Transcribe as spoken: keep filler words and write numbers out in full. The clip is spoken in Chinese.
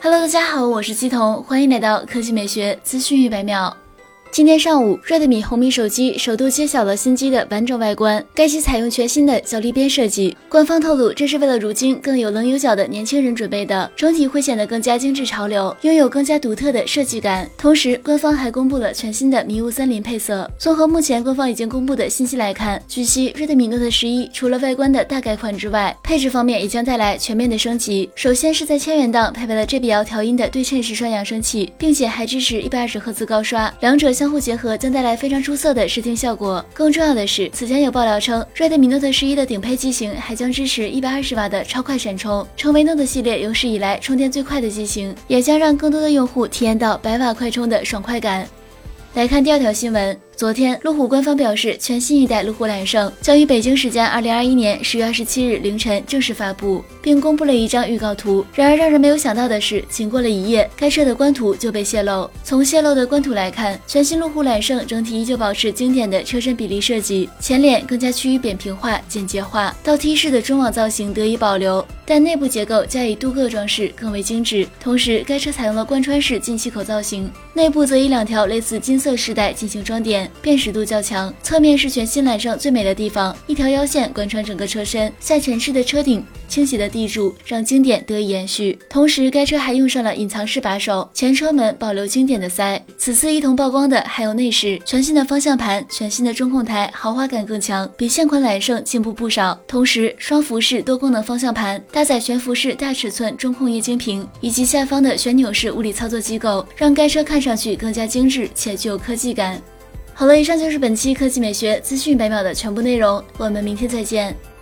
Hello， 大家好，我是姬彤，欢迎来到科技美学资讯一百秒。今天上午 ，Redmi 红米手机首度揭晓了新机的完整外观，该机采用全新的小立边设计。官方透露，这是为了如今更有棱有角的年轻人准备的，整体会显得更加精致潮流，拥有更加独特的设计感。同时，官方还公布了全新的迷雾森林配色。综合目前官方已经公布的信息来看，据悉 Redmi Note 十一除了外观的大改款之外，配置方面也将带来全面的升级。首先是在千元档配备了 J B L 调音的对称式双扬声器，并且还支持一百二十赫兹高刷，两者相互结合将带来非常出色的视听效果。更重要的是，此前有爆料称 Redmi Note 十一的顶配机型还将支持一百二十瓦的超快闪充，成为 Note 系列有史以来充电最快的机型，也将让更多的用户体验到百瓦快充的爽快感。来看第二条新闻，昨天，路虎官方表示，全新一代路虎揽胜将于北京时间二零二一年十月二十七日凌晨正式发布，并公布了一张预告图。然而，让人没有想到的是，仅过了一夜，该车的官图就被泄露。从泄露的官图来看，全新路虎揽胜整体依旧保持经典的车身比例设计，前脸更加趋于扁平化、简洁化，倒 T 式的中网造型得以保留，但内部结构加以镀铬装饰更为精致。同时，该车采用了贯穿式进气口造型，内部则以两条类似金色饰带进行装点，辨识度较强。侧面是全新揽胜最美的地方，一条腰线贯穿整个车身，下沉式的车顶，倾斜的地柱让经典得以延续。同时，该车还用上了隐藏式把手，前车门保留经典的腮。此次一同曝光的还有内饰，全新的方向盘、全新的中控台，豪华感更强，比现款揽胜进步不少。同时，双辐式多功能方向盘搭载全幅式大尺寸中控液晶屏，以及下方的旋钮式物理操作机构，让该车看上去更加精致且具有科技感。好了，以上就是本期科技美学资讯百秒的全部内容，我们明天再见。